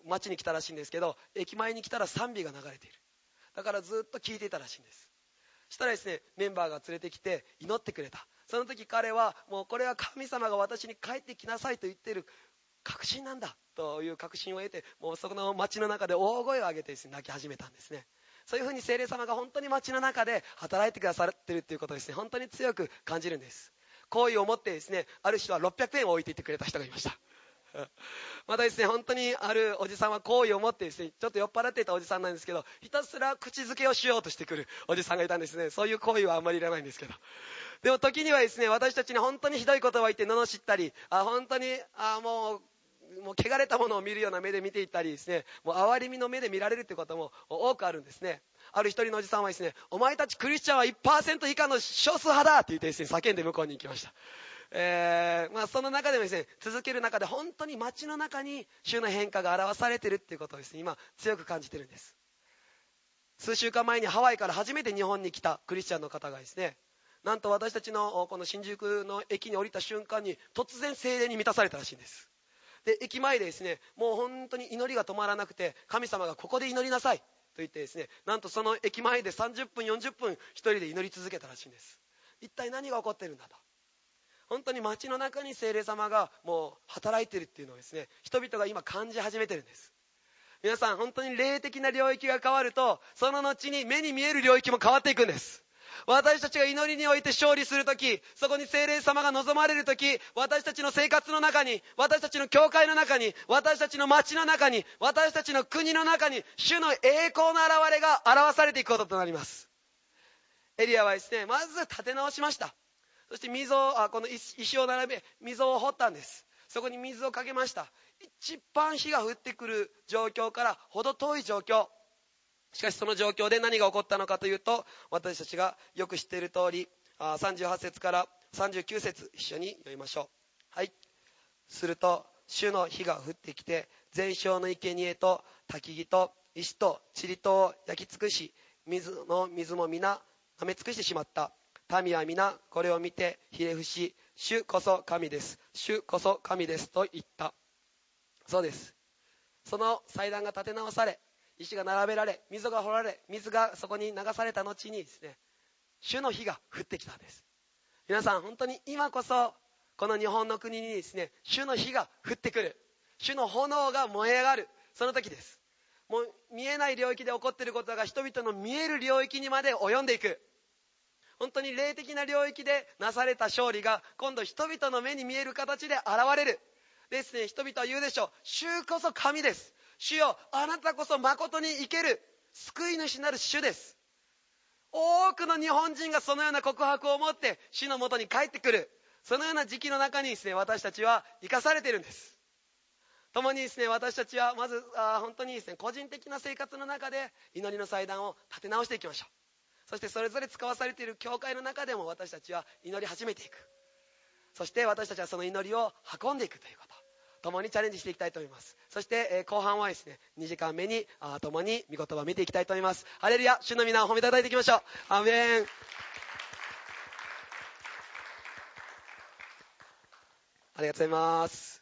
町に来たらしいんですけど、駅前に来たら賛美が流れている。だからずっと聞いていたらしいんです。したらですね、メンバーが連れてきて祈ってくれた。その時彼は、もうこれは神様が私に帰ってきなさいと言っている確信なんだという確信を得て、もうそこの町の中で大声を上げてですね、泣き始めたんですね。そういうふうに聖霊様が本当に町の中で働いてくださっているということをですね、本当に強く感じるんです。好意を持ってですね、ある人は600円を置いていってくれた人がいました。またですね、本当にあるおじさんは好意を持ってですね、ちょっと酔っ払っていたおじさんなんですけど、ひたすら口づけをしようとしてくるおじさんがいたんですね。そういう好意はあんまりいらないんですけど。でも時にはですね、私たちに本当にひどい言葉を言って罵ったり、本当にもう汚れたものを見るような目で見ていったりですね、もう憐れみの目で見られるということも多くあるんですね。ある一人のおじさんはですね、お前たちクリスチャンは 1% 以下の少数派だって言ってですね、叫んで向こうに行きました。その中でもですね、続ける中で本当に街の中に主の変化が表されているっていうことをですね、今強く感じているんです。数週間前にハワイから初めて日本に来たクリスチャンの方がですね、なんと私たちのこの新宿の駅に降りた瞬間に突然聖霊に満たされたらしいんです。で、駅前でですね、もう本当に祈りが止まらなくて、神様がここで祈りなさいと言ってですね、なんとその駅前で30分40分一人で祈り続けたらしいんです。一体何が起こっているんだと。本当に街の中に聖霊様がもう働いているっていうのをですね、人々が今感じ始めてるんです。皆さん、本当に霊的な領域が変わると、その後に目に見える領域も変わっていくんです。私たちが祈りにおいて勝利するとき、そこに聖霊様が望まれるとき、私たちの生活の中に、私たちの教会の中に、私たちの町の中に、私たちの国の中に、主の栄光の現れが表されていくこととなります。エリアはですね、まず立て直しました。そしてこの石を並べ、溝を掘ったんです。そこに水をかけました。一番火が降ってくる状況から程遠い状況。しかしその状況で何が起こったのかというと、私たちがよく知っている通り、38節から39節一緒に読みましょう。はい。すると主の火が降ってきて、全焼の生贄と焚き木と石と塵とを焼き尽くし、水も皆舐め尽くしてしまった。民は皆これを見てひれ伏し、主こそ神です、主こそ神ですと言った。そうです。その祭壇が立て直され、石が並べられ、溝が掘られ、水がそこに流された後にですね、主の火が降ってきたんです。皆さん、本当に今こそこの日本の国にですね、主の火が降ってくる、主の炎が燃え上がる、その時です。もう見えない領域で起こっていることが人々の見える領域にまで及んでいく。本当に霊的な領域でなされた勝利が今度人々の目に見える形で現れる。ですね、人々は言うでしょう。主こそ神です。主よ、あなたこそ誠に生ける救い主なる主です。多くの日本人がそのような告白を持って主のもとに帰ってくる。そのような時期の中にですね、私たちは生かされているんです。共にですね、私たちはまず本当にですね、個人的な生活の中で祈りの祭壇を立て直していきましょう。そしてそれぞれ使わされている教会の中でも私たちは祈り始めていく。そして私たちはその祈りを運んでいくということ、共にチャレンジしていきたいと思います。そして、後半はですね、2時間目に共に御言葉を見ていきたいと思います。ハレルヤ、主の皆を褒めたたえていきましょう。アーメン。ありがとうございます。